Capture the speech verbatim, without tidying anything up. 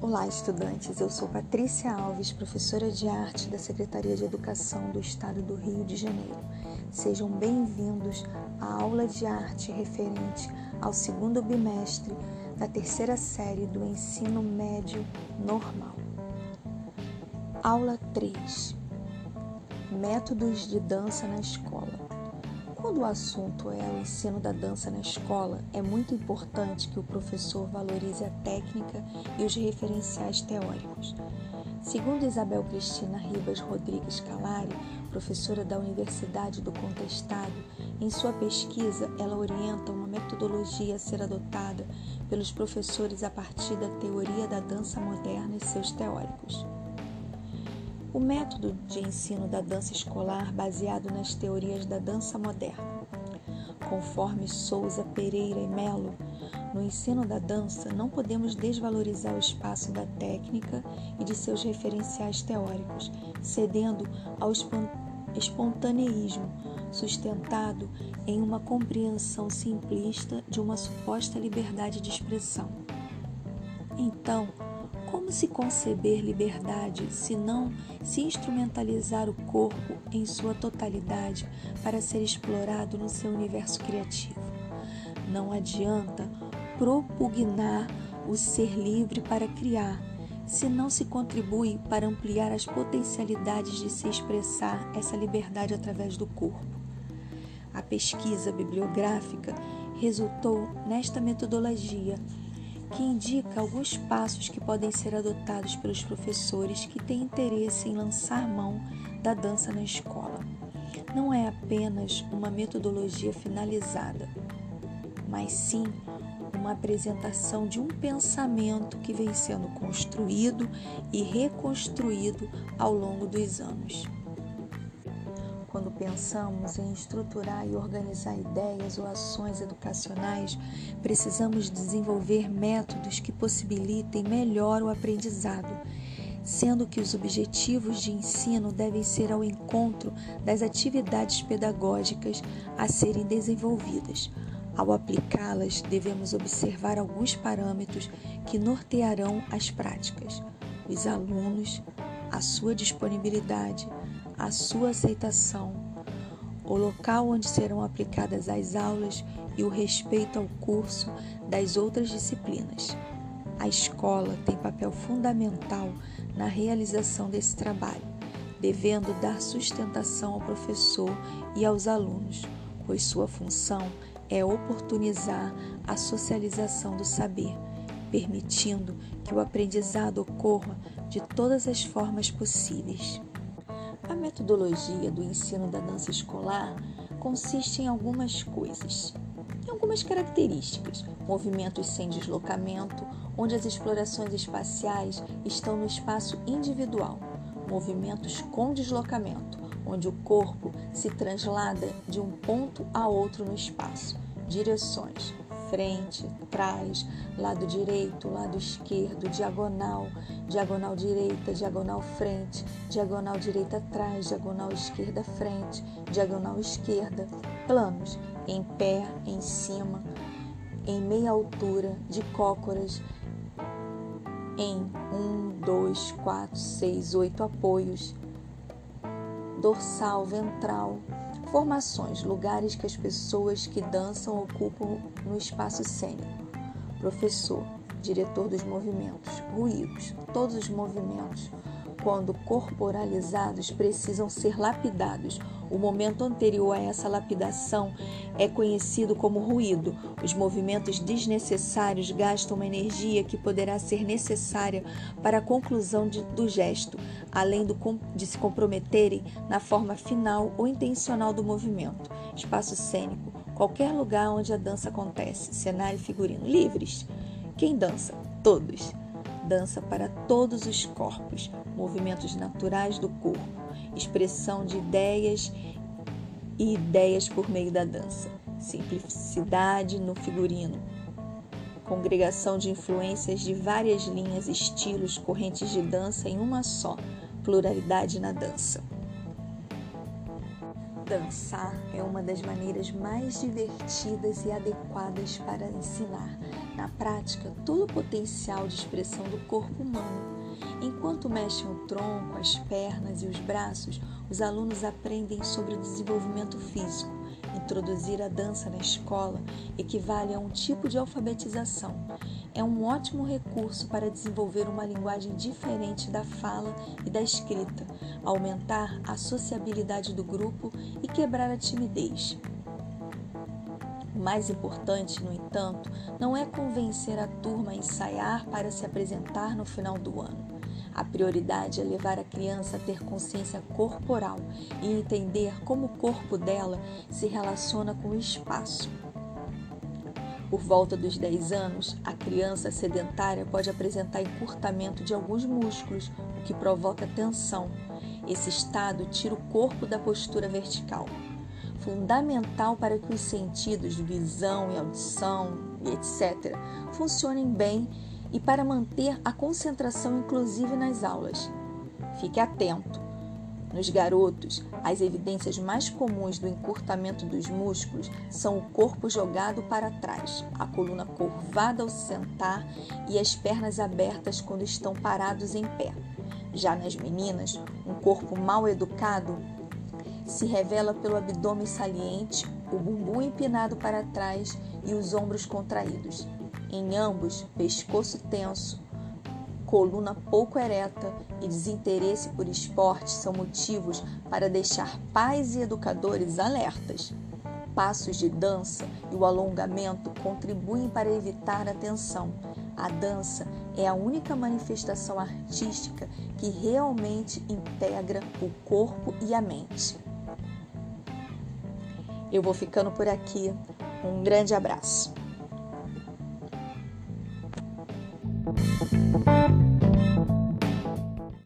Olá, estudantes! Eu sou Patrícia Alves, professora de arte da Secretaria de Educação do Estado do Rio de Janeiro. Sejam bem-vindos à aula de arte referente ao segundo bimestre da terceira série do ensino médio normal. Aula três. Métodos de dança na escola. Quando o assunto é o ensino da dança na escola, é muito importante que o professor valorize a técnica e os referenciais teóricos. Segundo Isabel Cristina Ribas Rodrigues Calari, professora da Universidade do Contestado, em sua pesquisa ela orienta uma metodologia a ser adotada pelos professores a partir da teoria da dança moderna e seus teóricos. O método de ensino da dança escolar baseado nas teorias da dança moderna. Conforme Souza Pereira e Melo, no ensino da dança não podemos desvalorizar o espaço da técnica e de seus referenciais teóricos, cedendo ao espontaneísmo sustentado em uma compreensão simplista de uma suposta liberdade de expressão. Então, como se conceber liberdade se não se instrumentalizar o corpo em sua totalidade para ser explorado no seu universo criativo? Não adianta propugnar o ser livre para criar, se não se contribui para ampliar as potencialidades de se expressar essa liberdade através do corpo. A pesquisa bibliográfica resultou nesta metodologia, que indica alguns passos que podem ser adotados pelos professores que têm interesse em lançar mão da dança na escola. Não é apenas uma metodologia finalizada, mas sim uma apresentação de um pensamento que vem sendo construído e reconstruído ao longo dos anos. Quando pensamos em estruturar e organizar ideias ou ações educacionais, precisamos desenvolver métodos que possibilitem melhor o aprendizado, sendo que os objetivos de ensino devem ser ao encontro das atividades pedagógicas a serem desenvolvidas. Ao aplicá-las, devemos observar alguns parâmetros que nortearão as práticas: os alunos, a sua disponibilidade, a sua aceitação, o local onde serão aplicadas as aulas e o respeito ao curso das outras disciplinas. A escola tem papel fundamental na realização desse trabalho, devendo dar sustentação ao professor e aos alunos, pois sua função é oportunizar a socialização do saber, permitindo que o aprendizado ocorra de todas as formas possíveis. A metodologia do ensino da dança escolar consiste em algumas coisas, em algumas características: movimentos sem deslocamento, onde as explorações espaciais estão no espaço individual; movimentos com deslocamento, onde o corpo se translada de um ponto a outro no espaço; direções: frente, trás, lado direito, lado esquerdo, diagonal, diagonal direita, diagonal frente, diagonal direita atrás, diagonal esquerda frente, diagonal esquerda; planos: em pé, em cima, em meia altura, de cócoras, em um, dois, quatro, seis, oito apoios; dorsal, ventral. Formações: lugares que as pessoas que dançam ocupam no espaço cênico. Professor, diretor dos movimentos. Ruídos: todos os movimentos, quando corporalizados, precisam ser lapidados. O momento anterior a essa lapidação é conhecido como ruído. Os movimentos desnecessários gastam uma energia que poderá ser necessária para a conclusão de, do gesto, além do, de se comprometerem na forma final ou intencional do movimento. Espaço cênico: qualquer lugar onde a dança acontece. Cenário e figurino: livres. Quem dança? Todos. Dança para todos os corpos. Movimentos naturais do corpo. Expressão de ideias e ideias por meio da dança. Simplicidade no figurino. Congregação de influências de várias linhas, estilos, correntes de dança em uma só. Pluralidade na dança. Dançar é uma das maneiras mais divertidas e adequadas para ensinar, na prática, todo o potencial de expressão do corpo humano. Enquanto mexem o tronco, as pernas e os braços, os alunos aprendem sobre o desenvolvimento físico. Introduzir a dança na escola equivale a um tipo de alfabetização. É um ótimo recurso para desenvolver uma linguagem diferente da fala e da escrita, aumentar a sociabilidade do grupo e quebrar a timidez. O mais importante, no entanto, não é convencer a turma a ensaiar para se apresentar no final do ano. A prioridade é levar a criança a ter consciência corporal e entender como o corpo dela se relaciona com o espaço. Por volta dos dez anos, a criança sedentária pode apresentar encurtamento de alguns músculos, o que provoca tensão. Esse estado tira o corpo da postura vertical. Fundamental para que os sentidos, visão e audição, e etcétera, funcionem bem e para manter a concentração inclusive nas aulas. Fique atento! Nos garotos, as evidências mais comuns do encurtamento dos músculos são o corpo jogado para trás, a coluna curvada ao sentar e as pernas abertas quando estão parados em pé. Já nas meninas, um corpo mal educado se revela pelo abdômen saliente, o bumbum empinado para trás e os ombros contraídos. Em ambos, pescoço tenso, coluna pouco ereta e desinteresse por esporte são motivos para deixar pais e educadores alertas. Passos de dança e o alongamento contribuem para evitar a tensão. A dança é a única manifestação artística que realmente integra o corpo e a mente. Eu vou ficando por aqui. Um grande abraço.